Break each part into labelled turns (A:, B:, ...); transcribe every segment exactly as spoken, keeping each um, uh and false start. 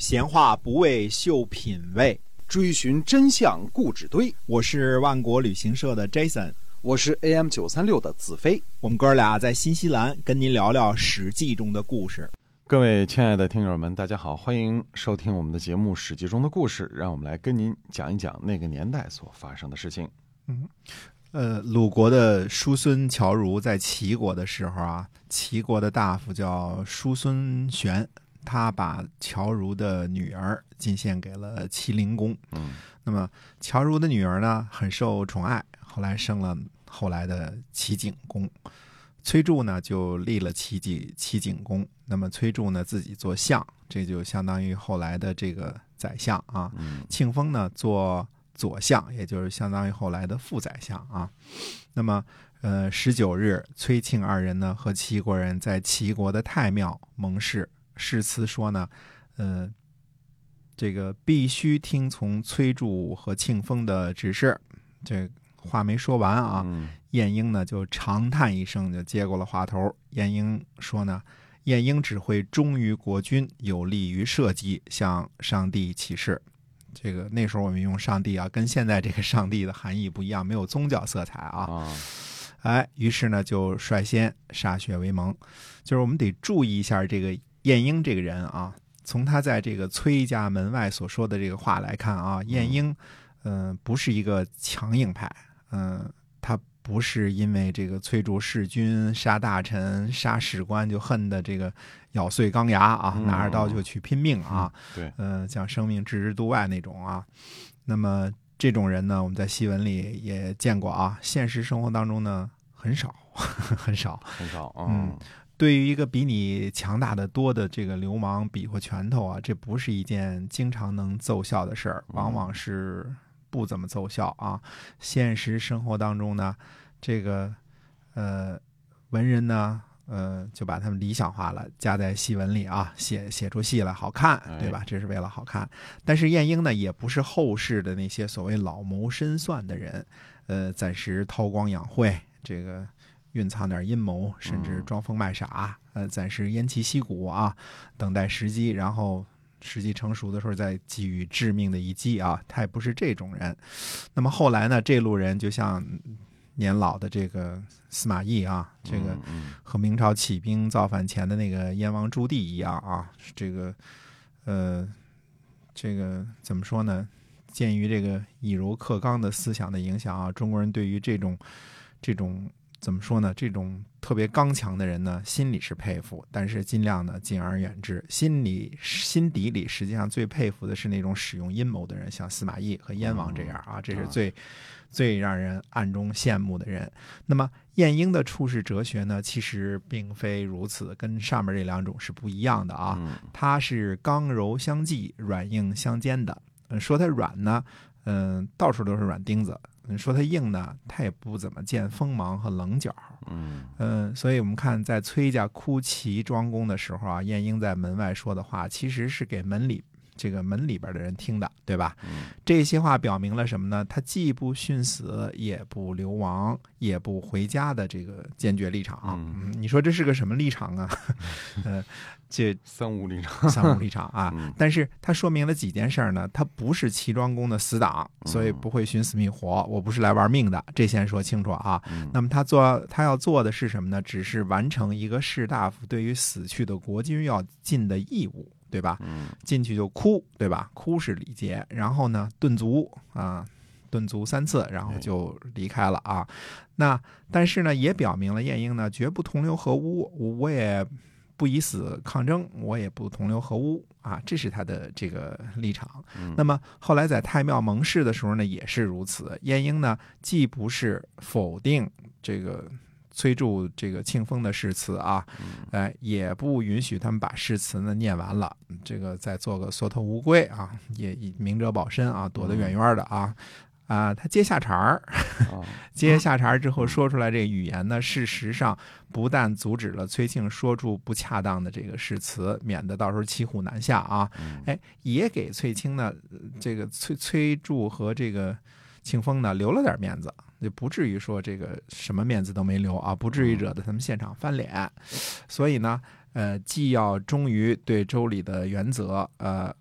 A: 闲话不为秀品味，
B: 追寻真相故纸堆。
A: 我是万国旅行社的 Jason，
B: 我是 A M 九三六 的子飞。
A: 我们哥俩在新西兰跟您聊聊史记中的故事。
C: 各位亲爱的听友们，大家好，欢迎收听我们的节目《史记中的故事》，让我们来跟您讲一讲那个年代所发生的事情。
D: 嗯，呃，鲁国的叔孙侨如在齐国的时候啊，齐国的大夫叫叔孙玄，他把侨如的女儿进献给了齐灵公。
C: 嗯，
D: 那么侨如的女儿呢，很受宠爱，后来生了后来的齐景公。崔杼呢就立了齐景齐景公，那么崔杼呢自己做相，这就相当于后来的这个宰相啊。庆封呢做左相，也就是相当于后来的副宰相啊。那么呃十九日，崔庆二人呢和齐国人在齐国的太庙盟誓，誓词说呢，呃这个必须听从崔杼和庆封的指示。这话没说完啊，晏婴呢就长叹一声，就接过了话头。晏婴说呢，晏婴只会忠于国君，有利于社稷，向上帝起誓。这个那时候我们用上帝啊，跟现在这个上帝的含义不一样，没有宗教色彩啊。哎，于是呢就率先歃血为盟。就是我们得注意一下这个晏婴这个人啊，从他在这个崔家门外所说的这个话来看啊，晏婴嗯、呃、不是一个强硬派。嗯，他不是因为这个崔杼弑君、杀大臣、杀史官就恨得这个咬碎钢牙啊，拿着刀就去拼命啊，
C: 嗯、对，
D: 呃，将生命置之度外那种啊。那么这种人呢，我们在戏文里也见过啊，现实生活当中呢很少，很少，
C: 很少。
D: 嗯，嗯对于一个比你强大的多的这个流氓比划拳头啊，这不是一件经常能奏效的事儿，往往是不怎么奏效啊！现实生活当中呢，这个呃文人呢，呃就把他们理想化了，加在戏文里啊，写写出戏来好看，对吧？这是为了好看。但是晏婴呢，也不是后世的那些所谓老谋深算的人，呃，暂时韬光养晦，这个蕴藏点阴谋，甚至装疯卖傻，呃，暂时偃旗息鼓啊，等待时机，然后时机成熟的时候再给予致命的一击啊，他也不是这种人。那么后来呢，这路人就像年老的这个司马懿啊，这个和明朝起兵造反前的那个燕王朱棣一样啊，这个呃，这个怎么说呢？鉴于这个以柔克刚的思想的影响啊，中国人对于这种这种怎么说呢？这种特别刚强的人呢，心里是佩服，但是尽量呢敬而远之。心里心底里实际上最佩服的是那种使用阴谋的人，像司马懿和燕王这样啊，这是最、嗯、最让人暗中羡慕的人。那么晏婴的处世哲学呢，其实并非如此，跟上面这两种是不一样的啊。他是刚柔相济、软硬相间的。说他软呢，嗯、呃，到处都是软钉子。你说他硬呢，他也不怎么见锋芒和棱角。嗯嗯、呃，所以我们看在崔家哭齐庄公的时候啊，晏婴在门外说的话，其实是给门里这个门里边的人听的，对吧？嗯、这些话表明了什么呢？他既不殉死，也不流亡，也不回家的这个坚决立场。嗯，你说这是个什么立场啊？呃，这
C: 三无立场，
D: 三无立场啊！嗯、但是他说明了几件事呢？他不是齐庄公的死党，所以不会寻死觅活。我不是来玩命的，这先说清楚啊。嗯、那么他做他要做的是什么呢？只是完成一个士大夫对于死去的国君要尽的义务。对吧？进去就哭，对吧？哭是礼节，然后呢，顿足啊，顿足三次，然后就离开了啊。那但是呢，也表明了晏婴呢绝不同流合污，我也不以死抗争，我也不同流合污啊，这是他的这个立场。嗯、那么后来在太庙盟誓的时候呢，也是如此。晏婴呢，既不是否定这个崔杼这个庆封的誓词啊，呃，也不允许他们把誓词呢念完了，这个再做个缩头乌龟啊，也以明哲保身啊，躲得远远的啊。啊，他接下茬儿，接下茬儿之后说出来这个语言呢，事实上不但阻止了崔庆说出不恰当的这个誓词，免得到时候骑虎难下啊，哎，也给崔庆呢，这个崔崔杼和这个庆封呢留了点面子，就不至于说这个什么面子都没留啊，不至于惹得他们现场翻脸。所以呢，呃，既要忠于对周礼的原则，呃。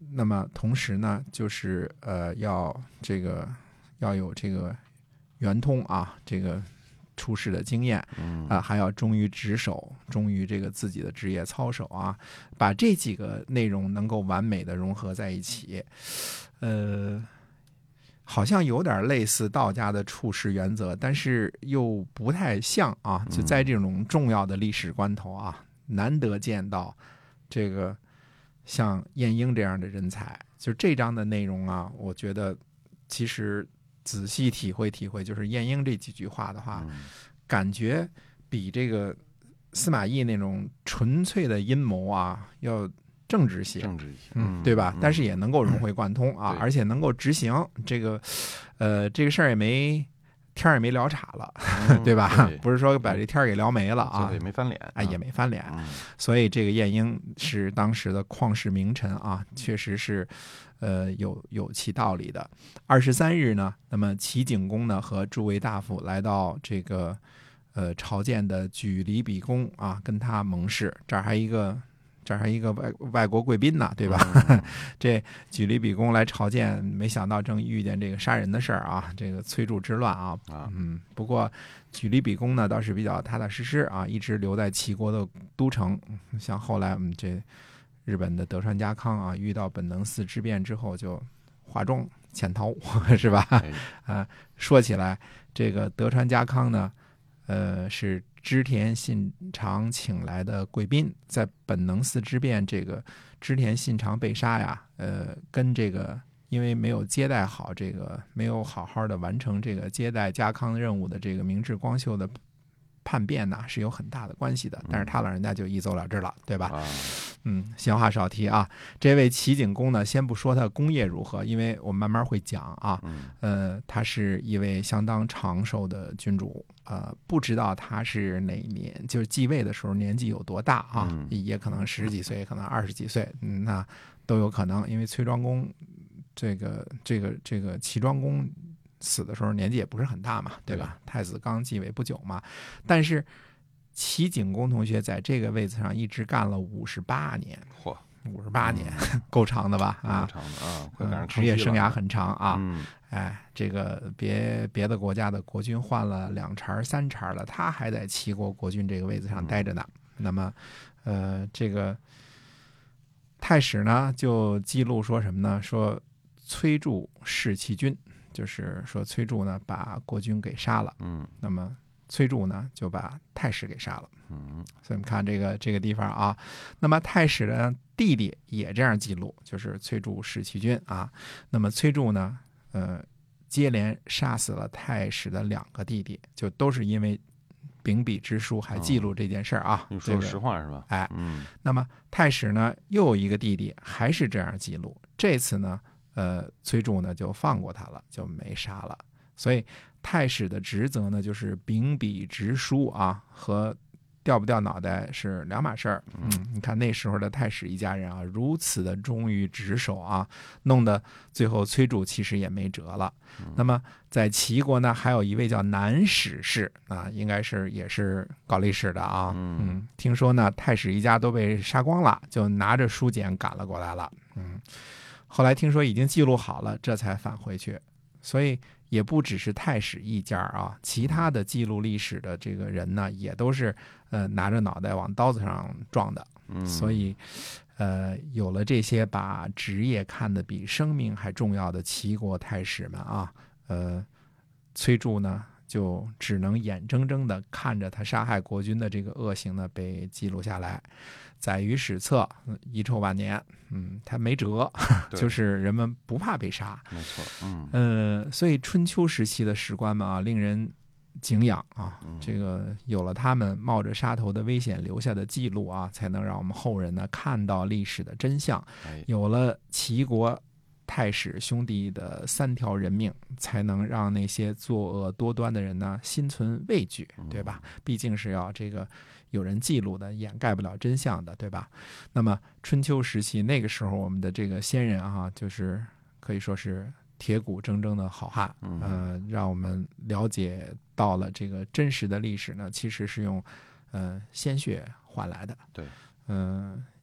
D: 那么同时呢，就是呃要这个要有这个圆通啊，这个出世的经验，
C: 嗯
D: 啊，还要忠于职守，忠于这个自己的职业操守啊，把这几个内容能够完美的融合在一起，呃，好像有点类似道家的处世原则，但是又不太像啊。就在这种重要的历史关头啊，难得见到这个像晏婴这样的人才。就这章的内容啊，我觉得其实仔细体会体会，就是晏婴这几句话的话，感觉比这个司马懿那种纯粹的阴谋啊要正直些，
C: 政治一些，
D: 嗯，对吧？
C: 嗯
D: 但是也能够融会贯通啊，
C: 对
D: 而且能够执行这个，呃，这个事儿也没天儿也没聊岔了，
C: 嗯
D: 对吧？
C: 对
D: 不是说把这天儿给聊没了啊
C: 最后也，没翻脸，
D: 啊，也没翻脸。
C: 嗯
D: 所以这个晏婴是当时的旷世名臣啊，确实是，呃，有有其道理的。二十三日呢，那么齐景公呢和诸位大夫来到这个呃朝见的举离比公啊，跟他盟誓。这儿还一个这儿还一个外外国贵宾呢，对吧？
C: 嗯
D: 这举离比公来朝见，没想到正遇见这个杀人的事儿啊，这个崔杼之乱啊。
C: 啊
D: 嗯，不过举离比公呢倒是比较踏踏实实啊，一直留在齐国的都城。像后来我们这日本的德川家康啊，遇到本能寺之变之后就化妆潜逃，是吧？
C: 哎
D: 啊，说起来，这个德川家康呢，呃，是织田信长请来的贵宾，在本能寺之变，这个织田信长被杀呀，呃，跟这个因为没有接待好这个，没有好好的完成这个接待家康任务的这个明智光秀的叛变呐，是有很大的关系的。但是他老人家就一走了之了，对吧？
C: 啊
D: 嗯，闲话少提啊。这位齐景公呢，先不说他功业如何，因为我们慢慢会讲啊。
C: 嗯
D: 呃，他是一位相当长寿的君主，呃，不知道他是哪一年，就是继位的时候年纪有多大啊？
C: 嗯
D: 也可能十几岁，可能二十几岁，嗯，那都有可能。因为崔庄公这个这个这个齐庄公死的时候年纪也不是很大嘛，对吧？太子刚继位不久嘛，但是齐景公同学在这个位子上一直干了五十八年，
C: 嚯，
D: 五十八年，够长的吧？
C: 蛮
D: 啊，
C: 长的啊，快赶上
D: 嗯职业
C: 康熙了
D: 生涯很长啊。
C: 嗯
D: 哎，这个别别的国家的国君换了两茬三茬了，他还在齐国国君这个位子上待着呢。那么，呃，这个太史呢就记录说什么呢？说崔杼弑其君，就是说崔杼呢把国君给杀了。
C: 嗯
D: 那么崔杼呢就把太史给杀了。
C: 嗯
D: 所以我们看这个这个地方啊，那么太史的弟弟也这样记录，就是崔杼弑其君啊。那么崔杼呢，呃，接连杀死了太史的两个弟弟，就都是因为秉笔之书还记录这件事儿啊。
C: 你说
D: 这个
C: 实话是吧？
D: 哎，
C: 嗯
D: 那么太史呢又有一个弟弟还是这样记录，这次呢，呃，崔杼呢就放过他了，就没杀了。所以太史的职责呢，就是秉笔直书啊，和掉不掉脑袋是两码事儿。嗯，你看那时候的太史一家人啊，如此的忠于职守啊，弄得最后崔杼其实也没辙了。那么在齐国呢，还有一位叫南史氏啊，应该是也是搞历史的啊。
C: 嗯
D: 嗯，听说呢，太史一家都被杀光了，就拿着书简赶了过来了。嗯，后来听说已经记录好了，这才返回去。所以也不只是太史一家啊，其他的记录历史的这个人呢，也都是呃拿着脑袋往刀子上撞的。
C: 嗯，
D: 所以，呃，有了这些把职业看得比生命还重要的齐国太史们啊，呃，崔杼呢就只能眼睁睁地看着他杀害国君的这个恶行呢被记录下来，载于史册，遗臭万年。嗯，他没辙，
C: 对
D: 就是人们不怕被杀。
C: 没错，嗯
D: 呃，所以春秋时期的史官们啊，令人敬仰啊。
C: 嗯
D: 这个有了他们冒着杀头的危险留下的记录啊，才能让我们后人呢看到历史的真相。
C: 哎
D: 有了齐国太史兄弟的三条人命，才能让那些作恶多端的人呢心存畏惧，对吧？毕竟是要这个有人记录的，掩盖不了真相的，对吧？那么春秋时期那个时候，我们的这个先人啊，就是可以说是铁骨铮铮的好汉，
C: 嗯
D: 呃，让我们了解到了这个真实的历史呢，其实是用呃鲜血换来的。
C: 对，
D: 嗯、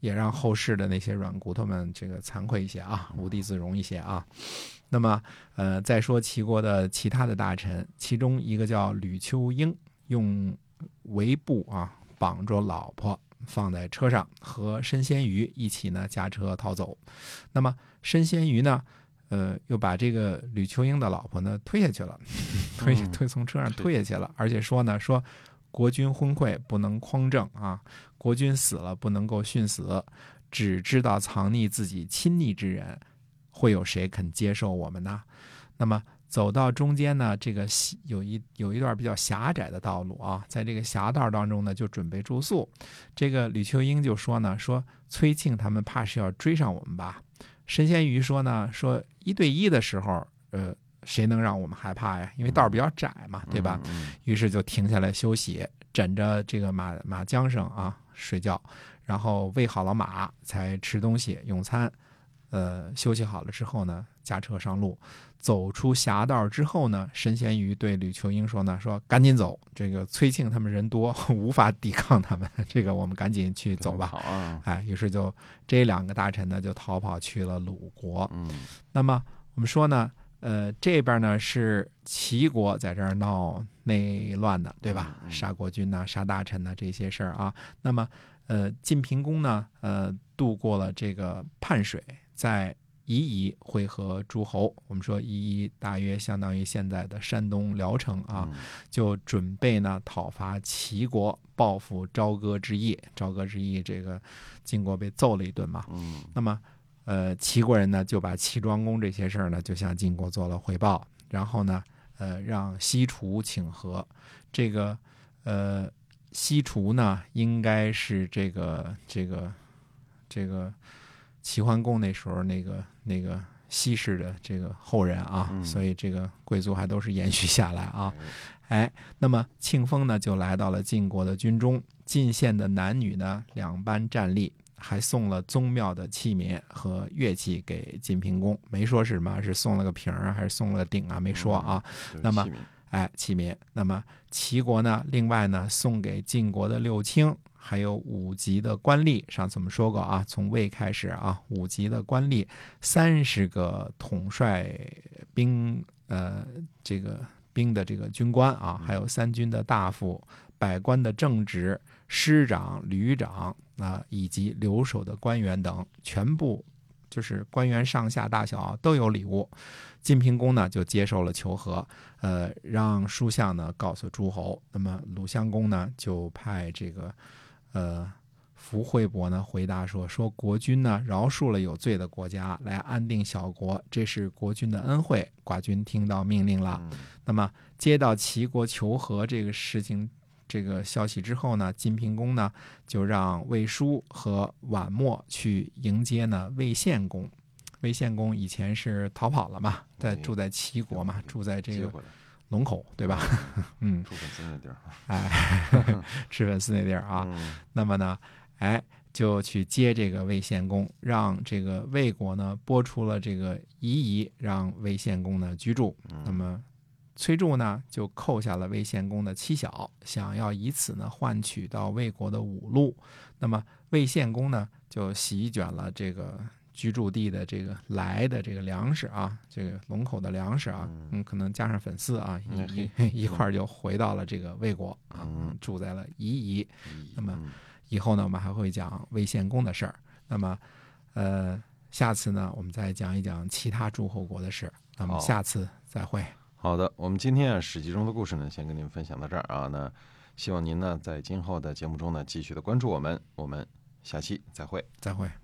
D: 也让后世的那些软骨头们这个惭愧一些啊，无地自容一些啊。那么，呃，再说齐国的其他的大臣，其中一个叫吕秋英，用围布啊绑着老婆，放在车上，和申鲜于一起呢驾车逃走。那么申鲜于呢，呃，又把这个吕秋英的老婆呢推下去了，推推从车上推下去了，而且说呢说国君昏聩不能匡正啊，国君死了不能够殉死，只知道藏匿自己亲昵之人，会有谁肯接受我们呢？那么走到中间呢，这个有一有一段比较狭窄的道路啊，在这个狭道当中呢，就准备住宿。这个吕秋英就说呢，说崔庆他们怕是要追上我们吧？申鲜于说呢，说一对一的时候，呃，谁能让我们害怕呀？因为道比较窄嘛，对吧？于是就停下来休息，枕着这个马马缰上啊睡觉，然后喂好了马才吃东西用餐。呃，休息好了之后呢，驾车上路。走出峡道之后呢，申鲜于对吕秋英说呢，说赶紧走，这个崔庆他们人多，无法抵抗他们，这个我们赶紧去走吧。
C: 好啊，
D: 哎，于是就这两个大臣呢就逃跑去了鲁国。
C: 嗯，
D: 那么我们说呢，呃，这边呢是齐国在这儿闹内乱的，对吧？杀国君呐、杀大臣呐、这些事儿啊。那么，呃，晋平公呢，呃，渡过了这个泮水，在夷夷会合诸侯。我们说夷夷大约相当于现在的山东聊城啊，就准备呢讨伐齐国，报复朝歌之役。朝歌之役，这个晋国被揍了一顿嘛。
C: 嗯，
D: 那么，呃，齐国人呢就把齐庄公这些事儿呢就向晋国做了汇报，然后呢，呃，让西楚请和。这个，呃，西楚呢应该是这个这个这个。齐桓公那时候那个那个西氏的这个后人啊，
C: 嗯、
D: 所以这个贵族还都是延续下来啊。哎，那么庆丰呢就来到了晋国的军中，晋县的男女呢两班站立，还送了宗庙的器皿和乐器给晋平公，没说是什么，是送了个瓶啊，还是送了个鼎啊，没说啊。
C: 嗯、
D: 那么，哎，器皿。那么齐国呢，另外呢送给晋国的六卿。还有五级的官吏，上次我们说过啊，从魏开始啊，五级的官吏，三十个统帅兵呃这个兵的这个军官啊，还有三军的大夫、百官的正职、师长、旅长啊，以及留守的官员等，全部就是官员上下大小都有礼物。晋平公呢就接受了求和，呃，让书相呢告诉诸侯。那么鲁襄公呢就派这个。呃，福惠伯呢回答说：“说国君呢饶恕了有罪的国家，来安定小国，这是国君的恩惠。寡君听到命令了。嗯、那么接到齐国求和这个事情这个消息之后呢，晋平公呢就让魏书和宛莫去迎接呢魏献公。魏献公以前是逃跑了嘛，在住在齐国嘛，住在这个。”龙口对吧？嗯，
C: 吃粉丝那地儿，
D: 哎，吃粉丝那地儿啊。嗯、那么呢，哎，就去接这个魏献公，让这个魏国呢拨出了这个夷夷，让魏献公呢居住。嗯、那么崔杼呢就扣下了魏献公的妻小，想要以此呢换取到魏国的五路。那么魏献公呢就席卷了这个。居住地的这个来的这个粮食啊，这个龙口的粮食啊，嗯，可能加上粉丝啊，一一块儿就回到了这个魏国啊，嗯、住在了夷夷。那么以后呢，我们还会讲魏献公的事儿。那么，呃，下次呢，我们再讲一讲其他诸侯国的事。那么下次再会。
C: 好的，我们今天啊《史记》中的故事呢，先跟您分享到这儿啊。那希望您呢在今后的节目中呢，继续的关注我们。我们下期再会，
D: 再会。